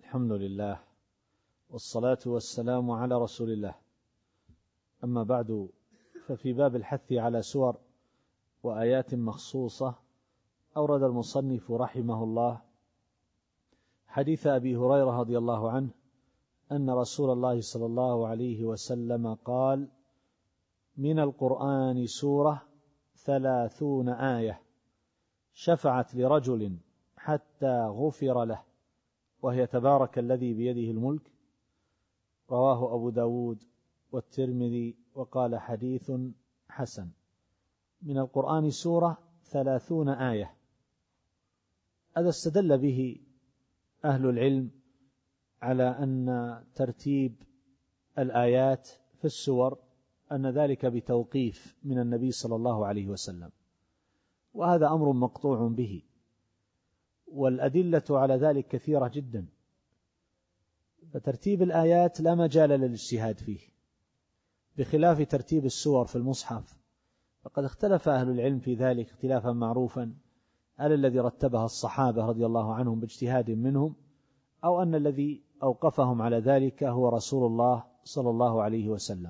الحمد لله والصلاة والسلام على رسول الله. أما بعد، ففي باب الحث على سور وآيات مخصوصة أورد المصنف رحمه الله حديث أبي هريرة رضي الله عنه أن رسول الله صلى الله عليه وسلم قال: من القرآن سورة 30 آية شفعت لرجل حتى غفر له، وهي تبارك الذي بيده الملك. رواه أبو داود والترمذي وقال حديث حسن. من القرآن سورة 30 آية، هذا استدل به أهل العلم على أن ترتيب الآيات في السور أن ذلك بتوقيف من النبي صلى الله عليه وسلم، وهذا أمر مقطوع به، والأدلة على ذلك كثيرة جدا. فترتيب الآيات لا مجال للاجتهاد فيه، بخلاف ترتيب السور في المصحف، فقد اختلف أهل العلم في ذلك اختلافا معروفا: هل الذي رتبها الصحابة رضي الله عنهم باجتهاد منهم، أو أن الذي أوقفهم على ذلك هو رسول الله صلى الله عليه وسلم.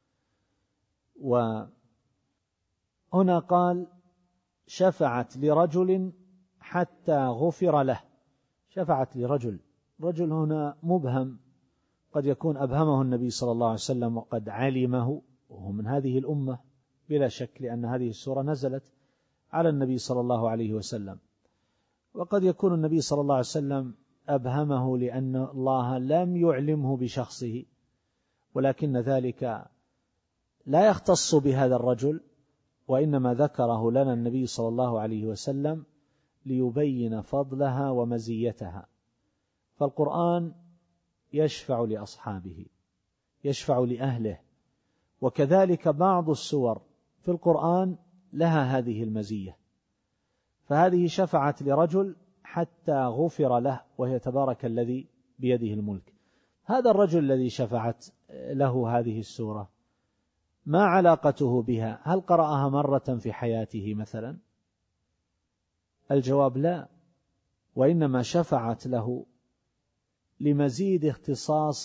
وهنا قال: شفعت لرجل حتى غفر له. شفعت لرجل، رجل هنا مبهم، قد يكون أبهمه النبي صلى الله عليه وسلم وقد علمه، وهو من هذه الأمة بلا شك، لأن هذه السورة نزلت على النبي صلى الله عليه وسلم. وقد يكون النبي صلى الله عليه وسلم أبهمه لأن الله لم يعلمه بشخصه، ولكن ذلك لا يختص بهذا الرجل، وإنما ذكره لنا النبي صلى الله عليه وسلم ليبين فضلها ومزيتها. فالقرآن يشفع لأصحابه، يشفع لأهله، وكذلك بعض السور في القرآن لها هذه المزية. فهذه شفعت لرجل حتى غفر له، وهي تبارك الذي بيده الملك. هذا الرجل الذي شفعت له هذه السورة ما علاقته بها؟ هل قرأها مرة في حياته مثلا؟ الجواب لا، وإنما شفعت له لمزيد اختصاص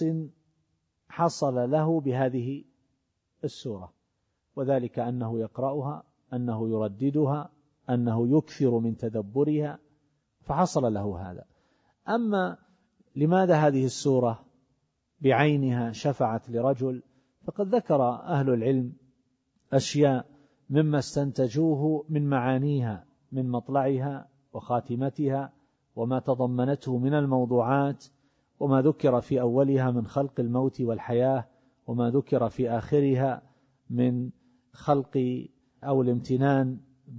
حصل له بهذه السورة، وذلك أنه يقرأها، أنه يرددها، أنه يكثر من تدبرها، فحصل له هذا. أما لماذا هذه السورة بعينها شفعت لرجل؟ فقد ذكر أهل العلم أشياء مما استنتجوه من معانيها، من مطلعها وخاتمتها، وما تضمنته من الموضوعات، وما ذكر في أولها من خلق الموت والحياة، وما ذكر في آخرها من خلق أو الامتنان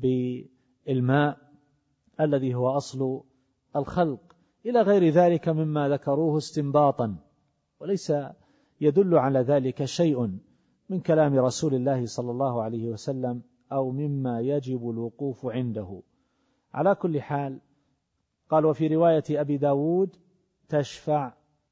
بالماء الذي هو أصل الخلق، إلى غير ذلك مما ذكروه استنباطا، وليس يدل على ذلك شيء من كلام رسول الله صلى الله عليه وسلم أو مما يجب الوقوف عنده. على كل حال، قال: وفي رواية أبي داود تشفع،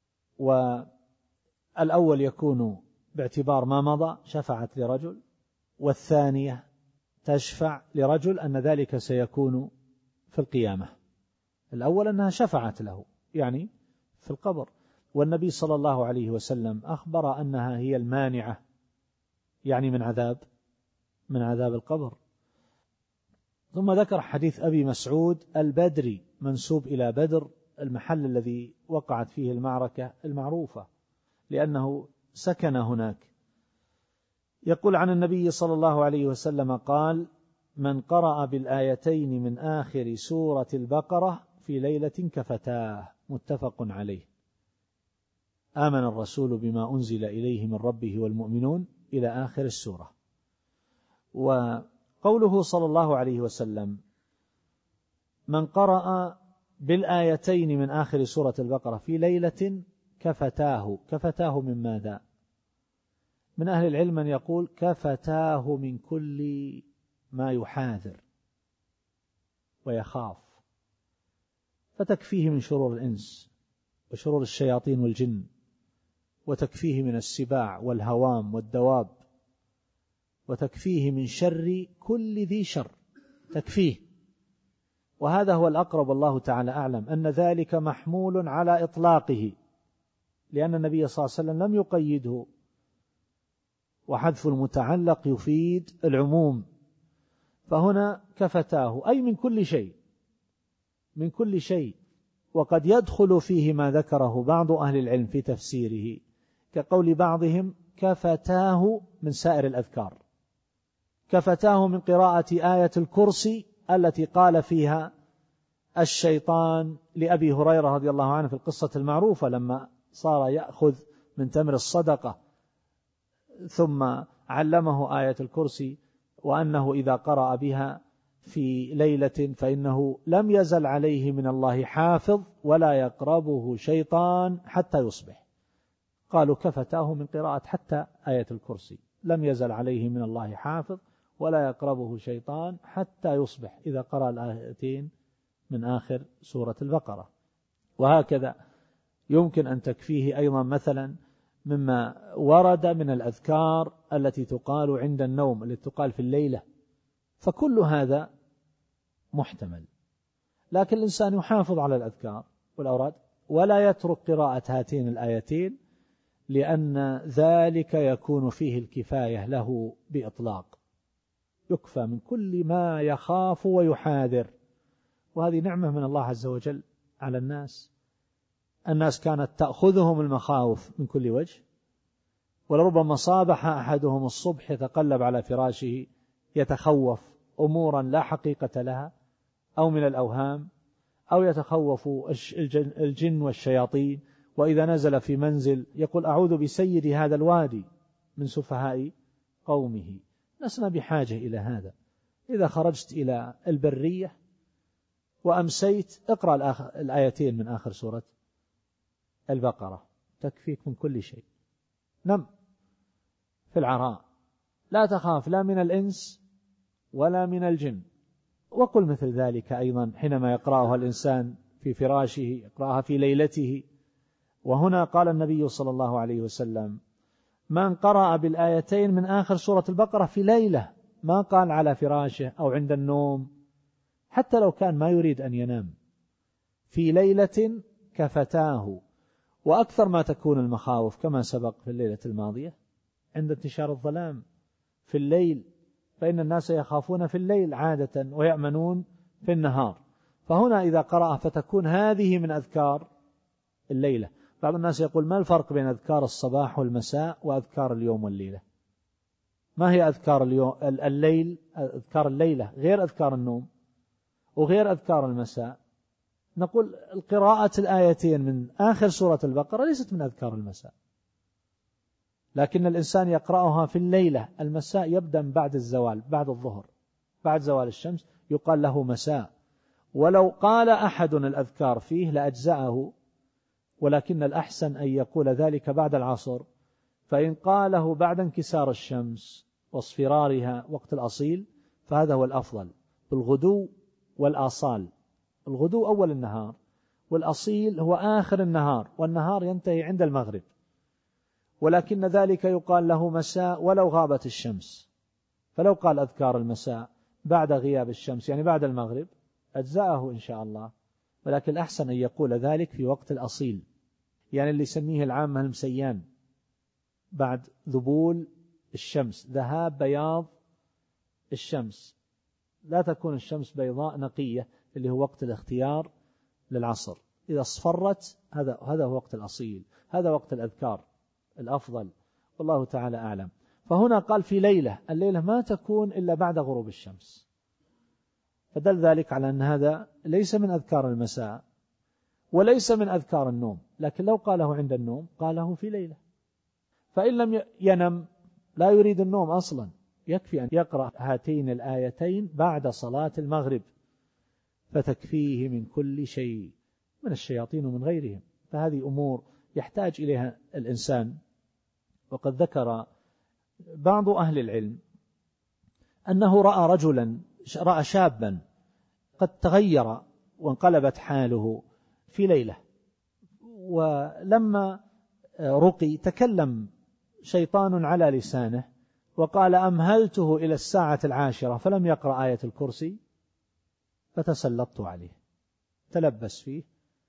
والأول يكون باعتبار ما مضى شفعت لرجل، والثانية تشفع لرجل أن ذلك سيكون في القيامة. الأول أنها شفعت له يعني في القبر، والنبي صلى الله عليه وسلم أخبر أنها هي المانعة يعني من عذاب القبر. ثم ذكر حديث أبي مسعود البدري منسوب إلى بدر، المحل الذي وقعت فيه المعركة المعروفة، لأنه سكن هناك. يقول عن النبي صلى الله عليه وسلم قال: من قرأ بالآيتين من آخر سورة البقرة في ليلة كفتاه. متفق عليه. آمن الرسول بما أنزل إليه من ربه والمؤمنون إلى آخر السورة. وقوله صلى الله عليه وسلم: من قرأ بالآيتين من آخر سورة البقرة في ليلة كفتاه. كفتاه من ماذا؟ من أهل العلم من يقول كفتاه من كل ما يحاذر ويخاف، فتكفيه من شرور الإنس وشرور الشياطين والجن، وتكفيه من السباع والهوام والدواب، وتكفيه من شر كل ذي شر، تكفيه. وهذا هو الأقرب والله تعالى أعلم، أن ذلك محمول على إطلاقه، لأن النبي صلى الله عليه وسلم لم يقيده، وحذف المتعلق يفيد العموم. فهنا كفتاه أي من كل شيء، من كل شيء. وقد يدخل فيه ما ذكره بعض أهل العلم في تفسيره، كقول بعضهم كفتاه من سائر الأذكار، كفتاه من قراءة آية الكرسي التي قال فيها الشيطان لأبي هريرة رضي الله عنه في القصة المعروفة لما صار يأخذ من تمر الصدقة ثم علمه آية الكرسي، وأنه إذا قرأ بها في ليلة فإنه لم يزل عليه من الله حافظ ولا يقربه شيطان حتى يصبح. قالوا كفتاه من قراءة حتى آية الكرسي، لم يزل عليه من الله حافظ ولا يقربه شيطان حتى يصبح إذا قرأ الآيتين من آخر سورة البقرة. وهكذا يمكن أن تكفيه أيضا مثلا مما ورد من الأذكار التي تقال عند النوم، التي تقال في الليلة، فكل هذا محتمل. لكن الإنسان يحافظ على الأذكار والأوراد ولا يترك قراءة هاتين الآيتين، لأن ذلك يكون فيه الكفاية له بإطلاق، يكفى من كل ما يخاف ويحاذر. وهذه نعمة من الله عز وجل على الناس. الناس كانت تأخذهم المخاوف من كل وجه، ولربما صابح أحدهم الصبح يتقلب على فراشه يتخوف أمورا لا حقيقة لها أو من الأوهام، أو يتخوف الجن والشياطين، وإذا نزل في منزل يقول أعوذ بسيد هذا الوادي من سفهاء قومه. لسنا بحاجة إلى هذا. إذا خرجت إلى البرية وأمسيت اقرأ الآيتين من آخر سورة البقرة تكفيك من كل شيء. نم في العراء لا تخاف لا من الإنس ولا من الجن. وقل مثل ذلك أيضا حينما يقرأها الإنسان في فراشه، يقرأها في ليلته. وهنا قال النبي صلى الله عليه وسلم من قرأ بالآيتين من آخر سورة البقرة في ليلة، ما قال على فراشه أو عند النوم، حتى لو كان ما يريد أن ينام، في ليلة كفتاه. وأكثر ما تكون المخاوف كما سبق في الليلة الماضية عند انتشار الظلام في الليل، فإن الناس يخافون في الليل عادة ويأمنون في النهار. فهنا إذا قرأ فتكون هذه من أذكار الليلة. بعض الناس يقول ما الفرق بين أذكار الصباح والمساء وأذكار اليوم والليلة؟ ما هي أذكار الليل؟ أذكار الليلة غير أذكار النوم وغير أذكار المساء. نقول القراءة الآيتين من آخر سورة البقرة ليست من أذكار المساء، لكن الإنسان يقرأها في الليلة. المساء يبدأ بعد الزوال، بعد الظهر، بعد زوال الشمس يقال له مساء. ولو قال أحد الأذكار فيه لأجزأه، ولكن الأحسن أن يقول ذلك بعد العصر، فإن قاله بعد انكسار الشمس واصفرارها وقت الأصيل فهذا هو الأفضل، بالغدو والآصال. الغدو أول النهار، والأصيل هو آخر النهار، والنهار ينتهي عند المغرب. ولكن ذلك يقال له مساء ولو غابت الشمس. فلو قال أذكار المساء بعد غياب الشمس يعني بعد المغرب أجزاءه إن شاء الله، ولكن الأحسن أن يقول ذلك في وقت الأصيل، يعني اللي يسميه العامة المسيان، بعد ذبول الشمس، ذهاب بياض الشمس، لا تكون الشمس بيضاء نقية اللي هو وقت الاختيار للعصر. إذا اصفرت هذا هو وقت الأصيل، هذا وقت الأذكار الأفضل، والله تعالى أعلم. فهنا قال في ليلة، الليلة ما تكون إلا بعد غروب الشمس، فدل ذلك على أن هذا ليس من أذكار المساء وليس من أذكار النوم، لكن لو قاله عند النوم قاله في ليلة. فإن لم ينم لا يريد النوم أصلا، يكفي أن يقرأ هاتين الآيتين بعد صلاة المغرب فتكفيه من كل شيء من الشياطين ومن غيرهم. فهذه أمور يحتاج إليها الإنسان. وقد ذكر بعض أهل العلم أنه رأى شابا قد تغير وانقلبت حاله في ليلة، ولما رقي تكلم شيطان على لسانه وقال أمهلته إلى الساعة 10 فلم يقرأ آية الكرسي فتسلطت عليه، تلبس فيه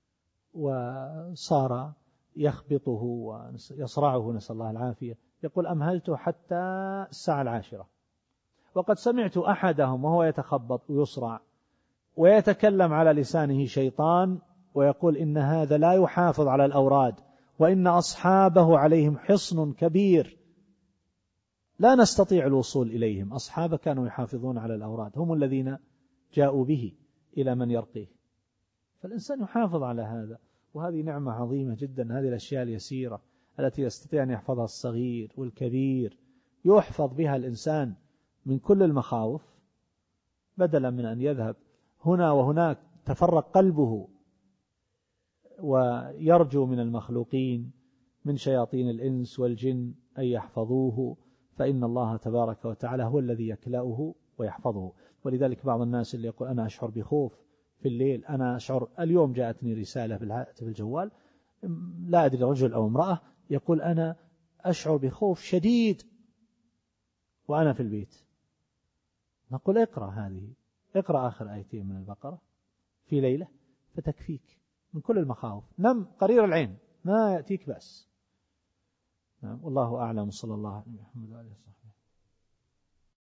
وصار يخبطه ويصرعه، نسأل الله العافية. يقول أمهلته حتى الساعة 10، وقد سمعت أحدهم وهو يتخبط ويصرع ويتكلم على لسانه شيطان ويقول إن هذا لا يحافظ على الأوراد، وإن أصحابه عليهم حصن كبير لا نستطيع الوصول إليهم. أصحابه كانوا يحافظون على الأوراد، هم الذين جاءوا به إلى من يرقيه. فالإنسان يحافظ على هذا، وهذه نعمة عظيمة جدا. هذه الأشياء اليسيرة التي يستطيع أن يحفظها الصغير والكبير، يحفظ بها الإنسان من كل المخاوف، بدلا من أن يذهب هنا وهناك تفرق قلبه ويرجو من المخلوقين من شياطين الإنس والجن أن يحفظوه، فإن الله تبارك وتعالى هو الذي يكلأه ويحفظه. ولذلك بعض الناس اللي يقول أنا أشعر بخوف في الليل، أنا أشعر، اليوم جاءتني رسالة في الجوال، لا أدري رجل أو امرأة، يقول أنا أشعر بخوف شديد وأنا في البيت. نقول اقرأ هذه، اقرأ آخر آيتين من البقرة في ليلة فتكفيك من كل المخاوف. نم قرير العين ما يأتيك بأس. والله أعلم. صلى الله عليه وسلم.